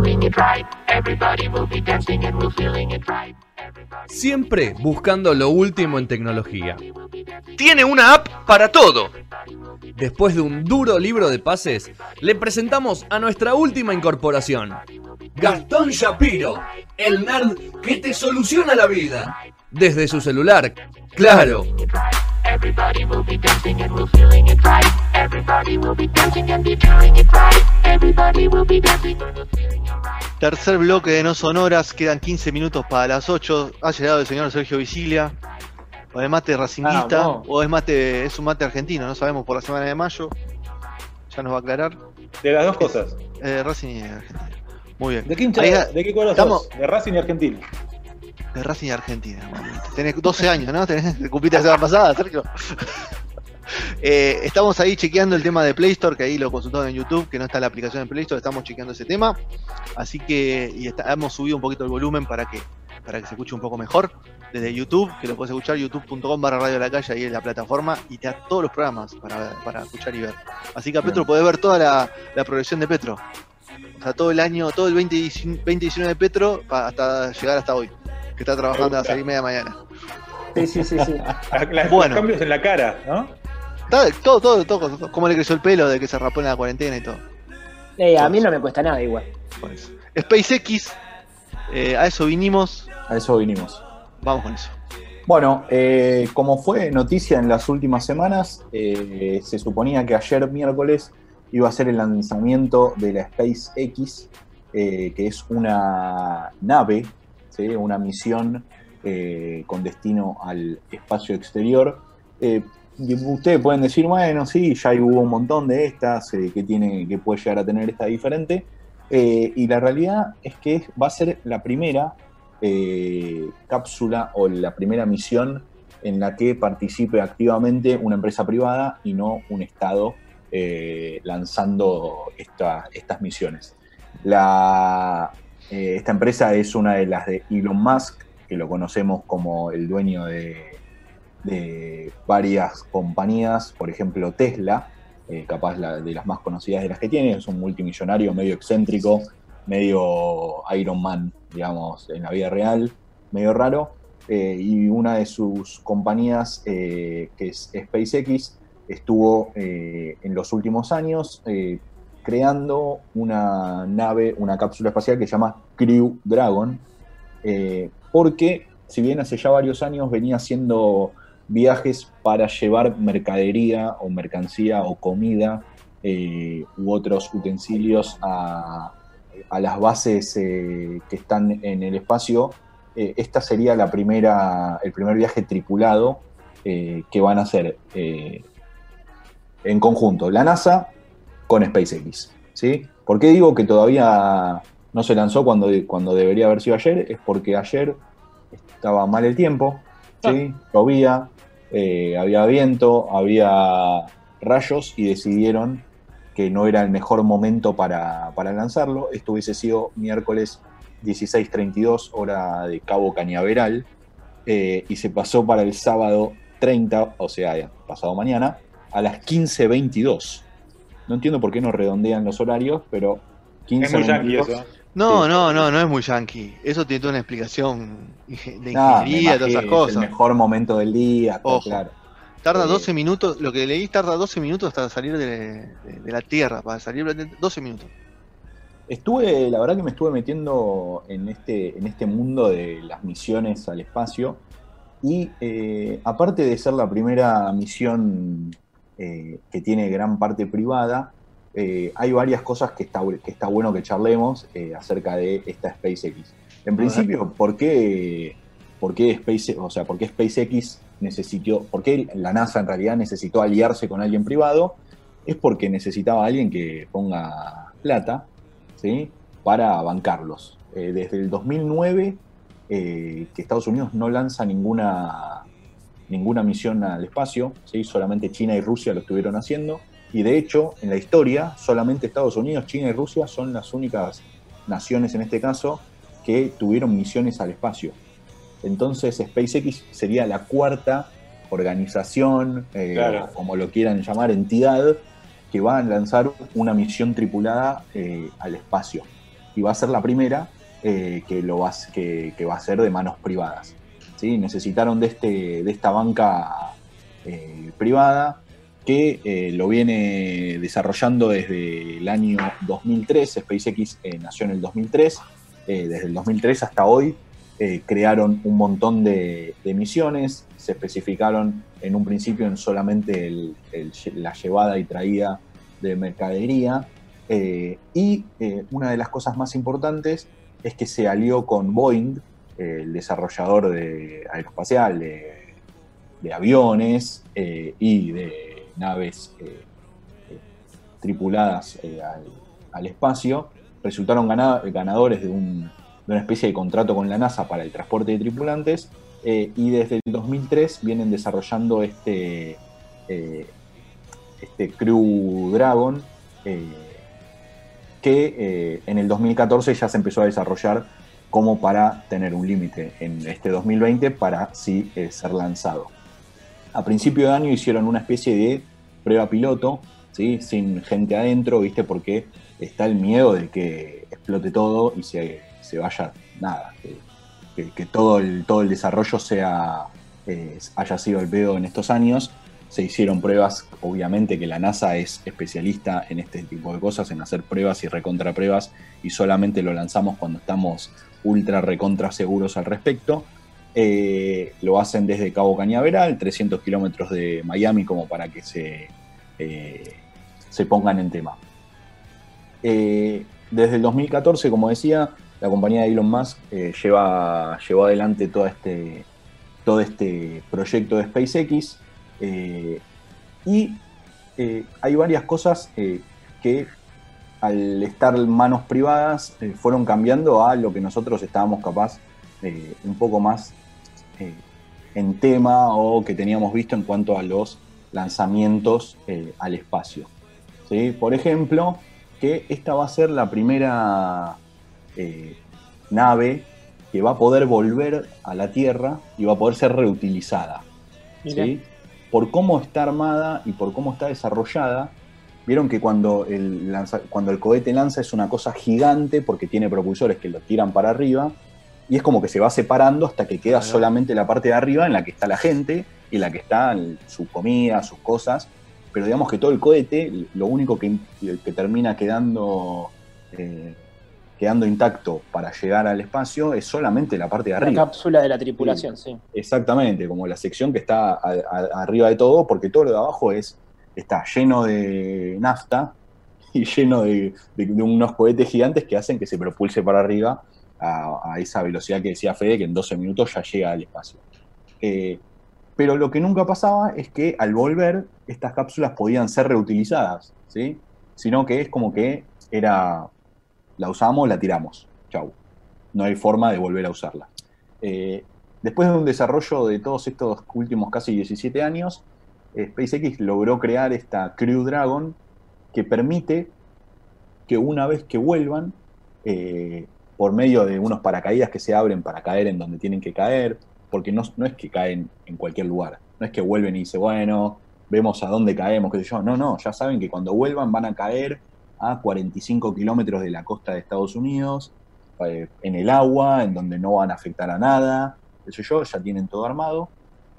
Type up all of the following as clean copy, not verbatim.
Siempre buscando lo último en tecnología. Tiene una app para todo. Después de un duro libro de pases, le presentamos a nuestra última incorporación. Gastón Shapiro, el nerd que te soluciona la vida. Desde su celular, claro. Tercer bloque de No Sonoras, quedan 15 minutos para las 8. Ha llegado el señor Sergio Visilia. O es mate racinguista, no. o es un mate argentino, no sabemos, por la semana de mayo. Ya nos va a aclarar. De las dos cosas. Racing y Argentina. Muy bien. ¿De qué hincha? ¿De qué cuadro sos? De Racing y Argentina. De Racing y Argentina. Tenés 12 años, ¿no? Cumpliste la semana pasada, Sergio. Estamos ahí chequeando el tema de Play Store, que ahí lo consultaron en YouTube, que no está en la aplicación de Play Store, estamos chequeando ese tema. Así que hemos subido un poquito el volumen para que se escuche un poco mejor desde YouTube, que lo puedes escuchar, youtube.com/Radio La Calle, ahí en la plataforma, y te da todos los programas para escuchar y ver. Así que a Petro podés ver toda la progresión de Petro. O sea, todo el año, todo el 2019 de Petro, hasta llegar hasta hoy, que está trabajando a las 6:30 de la mañana. Sí. Los cambios en la cara, ¿no? Todo, cómo le creció el pelo de que se rapó en la cuarentena y todo. A mí no me cuesta nada igual. Por eso. SpaceX, a eso vinimos. Vamos con eso. Bueno, como fue noticia en las últimas semanas, se suponía que ayer miércoles iba a ser el lanzamiento de la SpaceX, que es una nave, ¿sí? Una misión con destino al espacio exterior. Y ustedes pueden decir, bueno, sí, ya hubo un montón de estas, que puede llegar a tener esta diferente. Y la realidad es que va a ser la primera cápsula o la primera misión en la que participe activamente una empresa privada y no un Estado lanzando estas misiones. Esta empresa es una de las de Elon Musk, que lo conocemos como el dueño de varias compañías, por ejemplo Tesla, capaz de las más conocidas de las que tiene. Es un multimillonario medio excéntrico, medio Iron Man, digamos, en la vida real, medio raro, y una de sus compañías, que es SpaceX, estuvo en los últimos años creando una nave, una cápsula espacial que se llama Crew Dragon, porque si bien hace ya varios años venía haciendo viajes para llevar mercadería o mercancía o comida u otros utensilios a las bases que están en el espacio, esta sería el primer viaje tripulado que van a hacer en conjunto la NASA con SpaceX, ¿sí? ¿Por qué digo que todavía no se lanzó cuando debería haber sido ayer? Es porque ayer estaba mal el tiempo, ¿sí? Llovía, había viento, había rayos y decidieron que no era el mejor momento para lanzarlo. Esto hubiese sido miércoles 16:32, hora de Cabo Cañaveral, y se pasó para el sábado 30, o sea, pasado mañana, a las 15:22. No entiendo por qué no redondean los horarios, pero 15:22. Es muy yankee eso. No es muy yankee. Eso tiene toda una explicación de ingeniería, todas esas cosas. Es el mejor momento del día, claro. Tarda 12 minutos, lo que leí tarda 12 minutos hasta salir de la Tierra, para salir 12 minutos. La verdad que me estuve metiendo en este mundo de las misiones al espacio, y aparte de ser la primera misión que tiene gran parte privada, hay varias cosas que está bueno que charlemos acerca de esta SpaceX. En principio, ¿por qué SpaceX por qué la NASA en realidad necesitó aliarse con alguien privado? Es porque necesitaba a alguien que ponga plata, ¿sí? Para bancarlos. Desde el 2009 que Estados Unidos no lanza ninguna misión al espacio, ¿sí? Solamente China y Rusia lo estuvieron haciendo, y de hecho en la historia solamente Estados Unidos, China y Rusia son las únicas naciones en este caso que tuvieron misiones al espacio. Entonces SpaceX sería la cuarta organización, claro, como lo quieran llamar, entidad, que va a lanzar una misión tripulada al espacio. y va a ser la primera que va a ser de manos privadas. ¿Sí? Necesitaron de esta banca privada que lo viene desarrollando desde el año 2003. SpaceX nació en el 2003. Desde el 2003 hasta hoy crearon un montón de misiones. Se especificaron en un principio en solamente la llevada y traída de mercadería. Y una de las cosas más importantes es que se alió con Boeing, el desarrollador aeroespacial de aviones y de naves tripuladas al espacio. Resultaron ganadores de una especie de contrato con la NASA para el transporte de tripulantes, y desde el 2003 vienen desarrollando este Crew Dragon, que en el 2014 ya se empezó a desarrollar como para tener un límite en este 2020 para así ser lanzado. A principio de año hicieron una especie de prueba piloto, ¿sí? Sin gente adentro, ¿viste? Porque está el miedo de que explote todo y se vaya nada, que todo el desarrollo haya sido el pedo en estos años. Se hicieron pruebas, obviamente que la NASA es especialista en este tipo de cosas, en hacer pruebas y recontrapruebas, y solamente lo lanzamos cuando estamos ultra recontra seguros al respecto. Lo hacen desde Cabo Cañaveral, 300 kilómetros de Miami, como para que se pongan en tema. Desde el 2014, como decía, la compañía de Elon Musk llevó adelante todo este proyecto de SpaceX, y hay varias cosas que al estar en manos privadas fueron cambiando a lo que nosotros estábamos capaz un poco más en tema, o que teníamos visto en cuanto a los lanzamientos al espacio. ¿Sí? Por ejemplo, que esta va a ser la primera nave que va a poder volver a la Tierra y va a poder ser reutilizada. ¿Sí? Por cómo está armada y por cómo está desarrollada, vieron que cuando el cohete lanza es una cosa gigante porque tiene propulsores que lo tiran para arriba, y es como que se va separando hasta que queda solamente la parte de arriba en la que está la gente y en la que está su comida, sus cosas. Pero digamos que todo el cohete, lo único que termina quedando intacto para llegar al espacio es solamente la parte de arriba. La cápsula de la tripulación, sí. Exactamente, como la sección que está arriba de todo, porque todo lo de abajo está lleno de nafta y lleno de unos cohetes gigantes que hacen que se propulse para arriba a esa velocidad que decía Fede, que en 12 minutos ya llega al espacio. Pero lo que nunca pasaba es que al volver estas cápsulas podían ser reutilizadas, ¿sí? Sino que es como que la usamos, la tiramos, chau. No hay forma de volver a usarla. Después de un desarrollo de todos estos últimos casi 17 años, SpaceX logró crear esta Crew Dragon, que permite que una vez que vuelvan, por medio de unos paracaídas que se abren para caer en donde tienen que caer, porque no es que caen en cualquier lugar, no es que vuelven y dicen, bueno, vemos a dónde caemos, qué sé yo. No, ya saben que cuando vuelvan van a caer a 45 kilómetros de la costa de Estados Unidos, en el agua, en donde no van a afectar a nada, qué sé yo, ya tienen todo armado.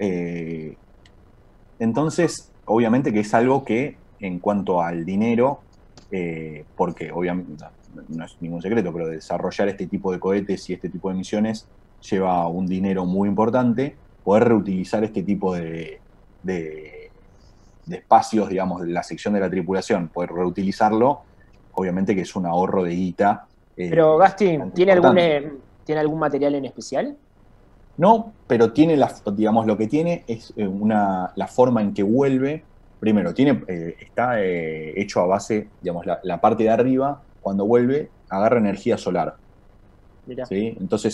Entonces, obviamente que es algo que, en cuanto al dinero, porque obviamente no es ningún secreto, pero desarrollar este tipo de cohetes y este tipo de misiones lleva un dinero muy importante. Poder reutilizar este tipo de espacios, digamos, de la sección de la tripulación, poder reutilizarlo, obviamente que es un ahorro de guita. Pero Gasti, ¿tiene algún material en especial? No, pero tiene digamos, lo que tiene es la forma en que vuelve. Primero, está hecho a base, digamos, la parte de arriba, cuando vuelve, agarra energía solar. ¿Sí? Entonces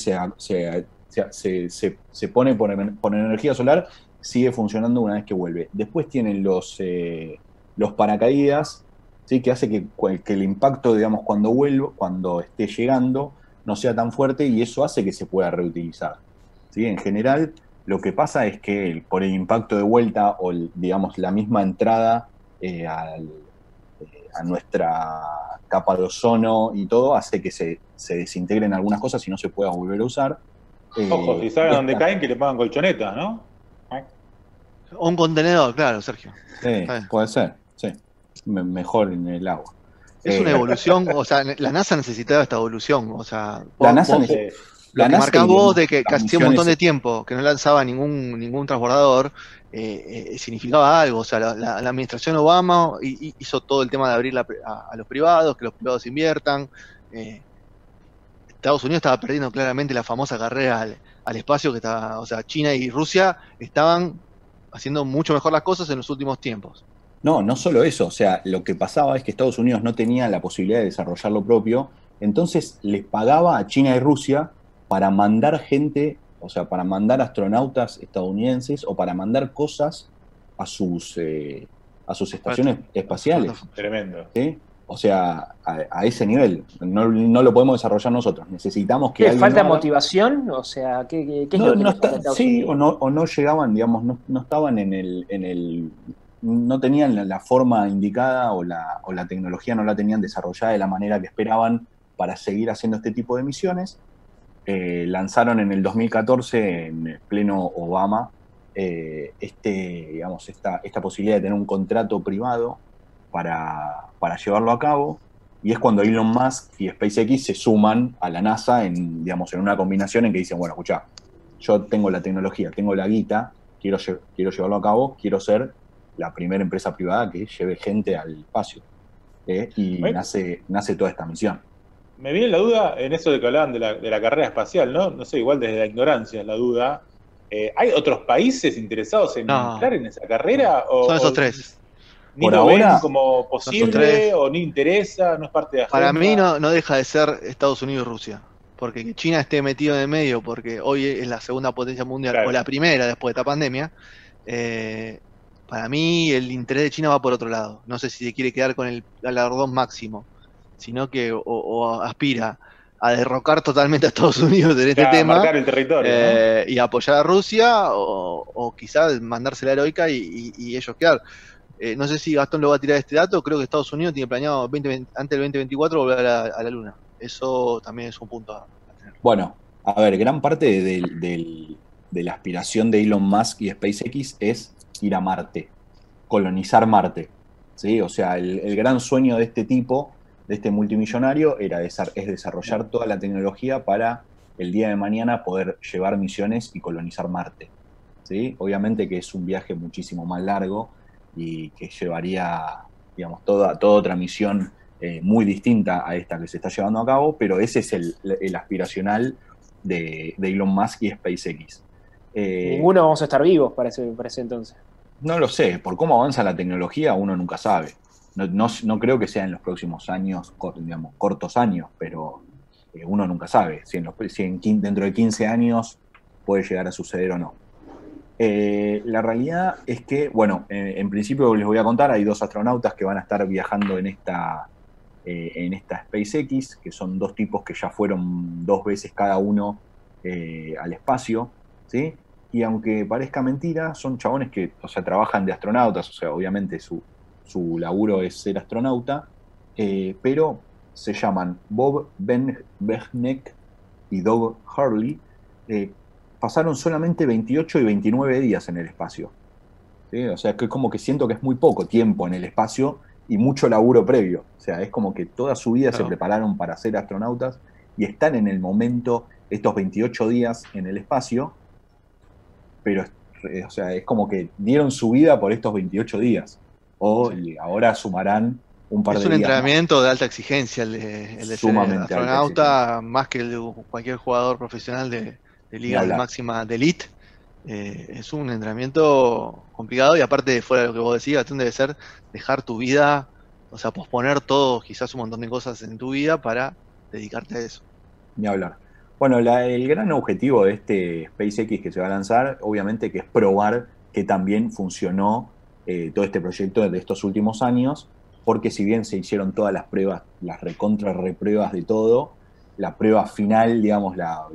se pone por energía solar, sigue funcionando una vez que vuelve. Después tienen los paracaídas, ¿sí? Que hace que el impacto, digamos, cuando esté llegando, no sea tan fuerte, y eso hace que se pueda reutilizar. ¿Sí? En general, lo que pasa es que por el impacto de vuelta o, digamos, la misma entrada a nuestra capa de ozono y todo, hace que se desintegren algunas cosas y no se pueda volver a usar. Ojo, si saben dónde caen, que le pongan colchonetas, ¿no? O un contenedor, claro, Sergio. Sí, puede ser, sí. Mejor en el agua. Es una evolución, o sea, la NASA necesitaba esta evolución, o sea, la NASA lo que marcás vos de que hacía un montón de tiempo que no lanzaba ningún transbordador, significaba algo, o sea, la administración Obama hizo todo el tema de abrir a los privados, que los privados inviertan. Estados Unidos estaba perdiendo claramente la famosa carrera al espacio, que estaba, o sea, China y Rusia estaban haciendo mucho mejor las cosas en los últimos tiempos. No solo eso, o sea, lo que pasaba es que Estados Unidos no tenía la posibilidad de desarrollar lo propio, entonces les pagaba a China y Rusia para mandar gente, o sea, para mandar astronautas estadounidenses o para mandar cosas a sus estaciones espaciales. Tremendo. ¿Sí? O sea, a ese nivel. No lo podemos desarrollar nosotros. Necesitamos que ¿Qué falta motivación? O sea, ¿qué es lo que no sí, o no llegaban, digamos, no estaban en el no tenían la forma indicada o la tecnología no la tenían desarrollada de la manera que esperaban para seguir haciendo este tipo de misiones. Lanzaron en el 2014, en pleno Obama, esta posibilidad de tener un contrato privado para llevarlo a cabo, y es cuando Elon Musk y SpaceX se suman a la NASA en una combinación en que dicen, bueno, escuchá, yo tengo la tecnología, tengo la guita, quiero llevarlo a cabo, quiero ser la primera empresa privada que lleve gente al espacio. Y nace toda esta misión. Me viene la duda en eso de que hablaban de la carrera espacial, ¿no? No sé, igual desde la ignorancia la duda. ¿Hay otros países interesados en entrar en esa carrera? Son esos tres. Ni lo ven como posible, o ni interesa, no es parte de la agenda. Para mí no deja de ser Estados Unidos y Rusia. Porque que China esté metido en el medio, porque hoy es la segunda potencia mundial, claro, o la primera después de esta pandemia, para mí el interés de China va por otro lado. No sé si se quiere quedar con el galardón máximo, sino que o aspira a derrocar totalmente a Estados Unidos en este tema, marcar el territorio, ¿no? Y apoyar a Rusia, o quizás mandarse la heroica y ellos quedar. No sé si Gastón lo va a tirar este dato, creo que Estados Unidos tiene planeado antes del 2024 volver a la Luna. Eso también es un punto a tener. Bueno, a ver, gran parte de la aspiración de Elon Musk y SpaceX es ir a Marte, colonizar Marte, ¿sí? O sea, el gran sueño de este tipo, de este multimillonario, es desarrollar toda la tecnología para el día de mañana poder llevar misiones y colonizar Marte, ¿sí? Obviamente que es un viaje muchísimo más largo y que llevaría, digamos, toda otra misión muy distinta a esta que se está llevando a cabo, pero ese es el aspiracional de Elon Musk y SpaceX. Ninguno vamos a estar vivos para ese entonces. No lo sé, por cómo avanza la tecnología uno nunca sabe. No creo que sea en los próximos años, digamos, cortos años, pero uno nunca sabe si dentro de 15 años puede llegar a suceder o no. La realidad es que, bueno, en principio les voy a contar, hay 2 astronautas que van a estar viajando en esta SpaceX, que son 2 tipos que ya fueron 2 veces cada uno al espacio, ¿sí? Y aunque parezca mentira, son chabones que, o sea, trabajan de astronautas, o sea, obviamente su laburo es ser astronauta, pero se llaman Bob Behnek y Doug Hurley. Pasaron solamente 28 y 29 días en el espacio, ¿sí? O sea, que como que siento que es muy poco tiempo en el espacio y mucho laburo previo. O sea, es como que toda su vida se prepararon para ser astronautas y están en el momento, estos 28 días en el espacio, pero, o sea, es como que dieron su vida por estos 28 días. Y ahora sumarán un par de días. Es un entrenamiento de alta exigencia el de ser astronauta, más que el de cualquier jugador profesional de liga máxima de elite. Es un entrenamiento complicado, y aparte, fuera de lo que vos decís, Gastón, debe ser dejar tu vida, o sea, posponer todo, quizás un montón de cosas en tu vida para dedicarte a eso. Ni hablar. Bueno, el gran objetivo de este SpaceX que se va a lanzar, obviamente, que es probar que también funcionó todo este proyecto de estos últimos años, porque si bien se hicieron todas las pruebas, las repruebas de todo, la prueba final, digamos, la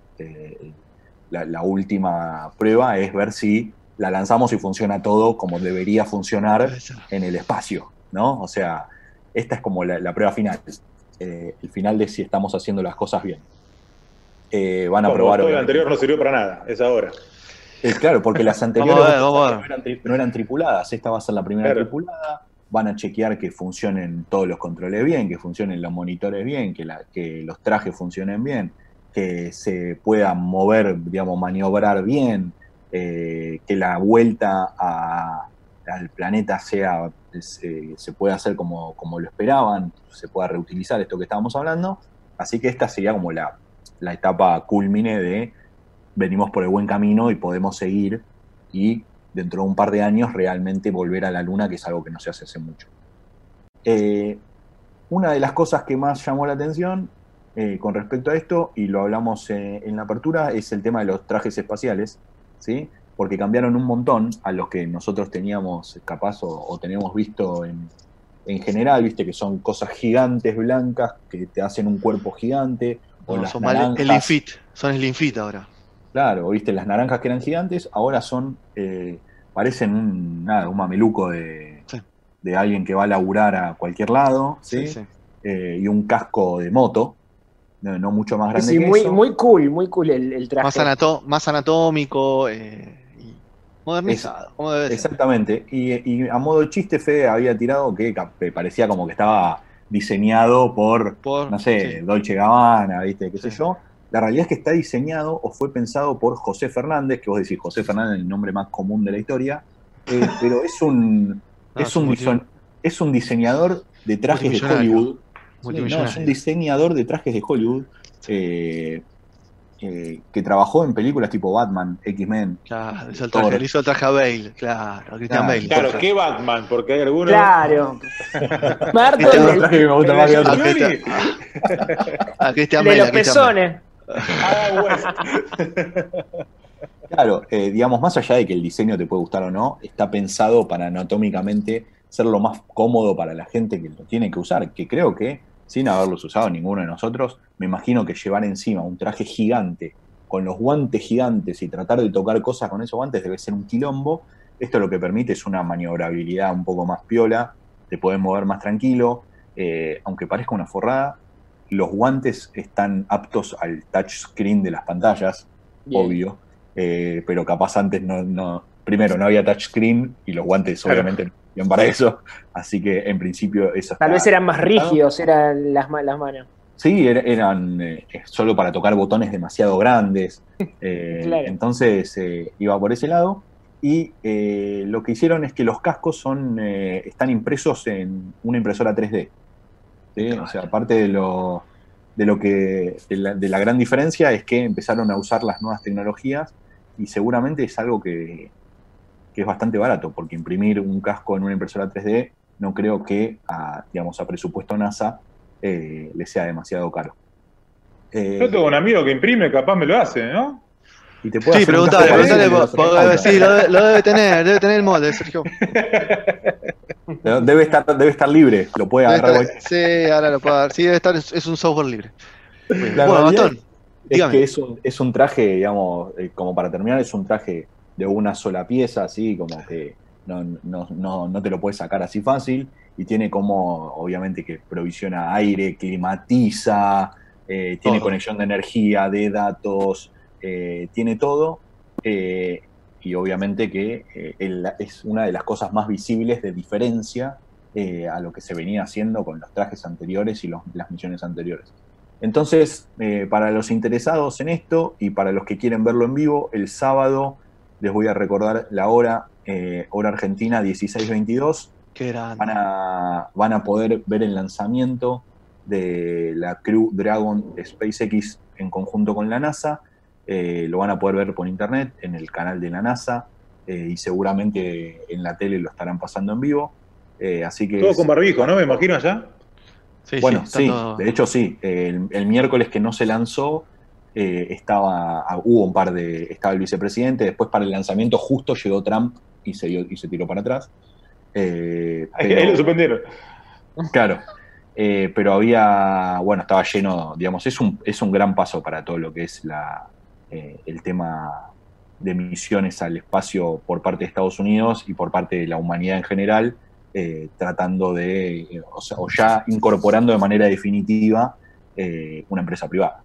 última prueba es ver si la lanzamos y funciona todo como debería funcionar en el espacio, ¿no? O sea, esta es como la prueba final, el final de si estamos haciendo las cosas bien. Van a probar. Todo lo anterior no sirvió para nada, es ahora. Claro, porque las anteriores Vamos a no eran tripuladas, esta va a ser la primera Claro. tripulada, van a chequear que funcionen todos los controles bien, que funcionen los monitores bien, que los trajes funcionen bien, que se pueda mover, digamos, maniobrar bien, que la vuelta al planeta se pueda hacer como lo esperaban, se pueda reutilizar esto que estábamos hablando. Así que esta sería como la etapa culmine de venimos por el buen camino y podemos seguir y dentro de un par de años realmente volver a la Luna, que es algo que no se hace mucho. Una de las cosas que más llamó la atención con respecto a esto, y lo hablamos en la apertura, es el tema de los trajes espaciales, ¿sí? Porque cambiaron un montón a los que nosotros teníamos capaz o tenemos visto en general, viste que son cosas gigantes blancas que te hacen un cuerpo gigante, o las son naranjas. Slim Fit, son Slim Fit ahora. Claro, viste, las naranjas que eran gigantes, ahora son, parecen un mameluco de alguien que va a laburar a cualquier lado, ¿sí? Y un casco de moto, no mucho más grande que eso. Muy cool el traje. Más anatómico y modernizado, como debe ser. Exactamente, y a modo de chiste Fede había tirado que parecía como que estaba diseñado por no sé, Dolce Gabbana, viste, qué sé yo. La realidad es que está diseñado o fue pensado por José Fernández, que vos decís José Fernández, el nombre más común de la historia, pero es un diseñador de trajes de Hollywood. Es un diseñador de trajes de Hollywood que trabajó en películas tipo Batman, X-Men. Claro, le hizo el traje a Bale, claro, a Christian Bale. Claro, ¿qué Batman? Porque hay algunos... Claro. Este es un traje que me gusta más que otro. A Christian de Bale. los pezones. Claro, digamos, más allá de que el diseño te puede gustar o no, está pensado para anatómicamente ser lo más cómodo para la gente que lo tiene que usar, que creo que, sin haberlos usado ninguno de nosotros, me imagino que llevar encima un traje gigante, con los guantes gigantes y tratar de tocar cosas con esos guantes debe ser un quilombo. Esto lo que permite es una maniobrabilidad un poco más piola, te podés mover más tranquilo, aunque parezca una forrada. Los guantes están aptos al touchscreen de las pantallas, bien. Obvio, pero capaz antes primero no había touchscreen y los guantes obviamente no servían para eso, así que en principio eso tal vez eran más rígidos, eran las manos. Sí, eran solo para tocar botones demasiado grandes, claro. Entonces iba por ese lado. Y lo que hicieron es que los cascos están impresos en una impresora 3D. ¿Sí? O sea, aparte de la gran diferencia es que empezaron a usar las nuevas tecnologías y seguramente es algo que es bastante barato, porque imprimir un casco en una impresora 3D no creo que a presupuesto NASA le sea demasiado caro. Yo tengo un amigo que imprime, capaz me lo hace, ¿no? Y te puedo preguntale, sí, lo debe tener el molde, Sergio. Debe estar libre, lo puede agarrar. Sí, ahora lo puede agarrar. Sí, debe estar, es un software libre. Bueno, Gastón, dígame. Es que es un traje, digamos, como para terminar, es un traje de una sola pieza, así como que no te lo puedes sacar así fácil, y tiene como, obviamente, que provisiona aire, climatiza, tiene conexión de energía, de datos, tiene todo, y obviamente que es una de las cosas más visibles de diferencia a lo que se venía haciendo con los trajes anteriores y las misiones anteriores. Entonces, para los interesados en esto y para los que quieren verlo en vivo, el sábado les voy a recordar la hora argentina 16:22. Qué grande. Van a poder ver el lanzamiento de la Crew Dragon de SpaceX en conjunto con la NASA. Lo van a poder ver por internet en el canal de la NASA y seguramente en la tele lo estarán pasando en vivo. Así que todo con barbijo, ¿no? Me imagino allá. Sí, bueno, sí, de hecho sí. El miércoles que no se lanzó estaba el vicepresidente, después para el lanzamiento justo llegó Trump y se tiró para atrás. Ahí lo suspendieron. Claro. Pero estaba lleno, digamos, es un gran paso para todo lo que es el tema de misiones al espacio por parte de Estados Unidos y por parte de la humanidad en general, tratando de, o ya incorporando de manera definitiva una empresa privada.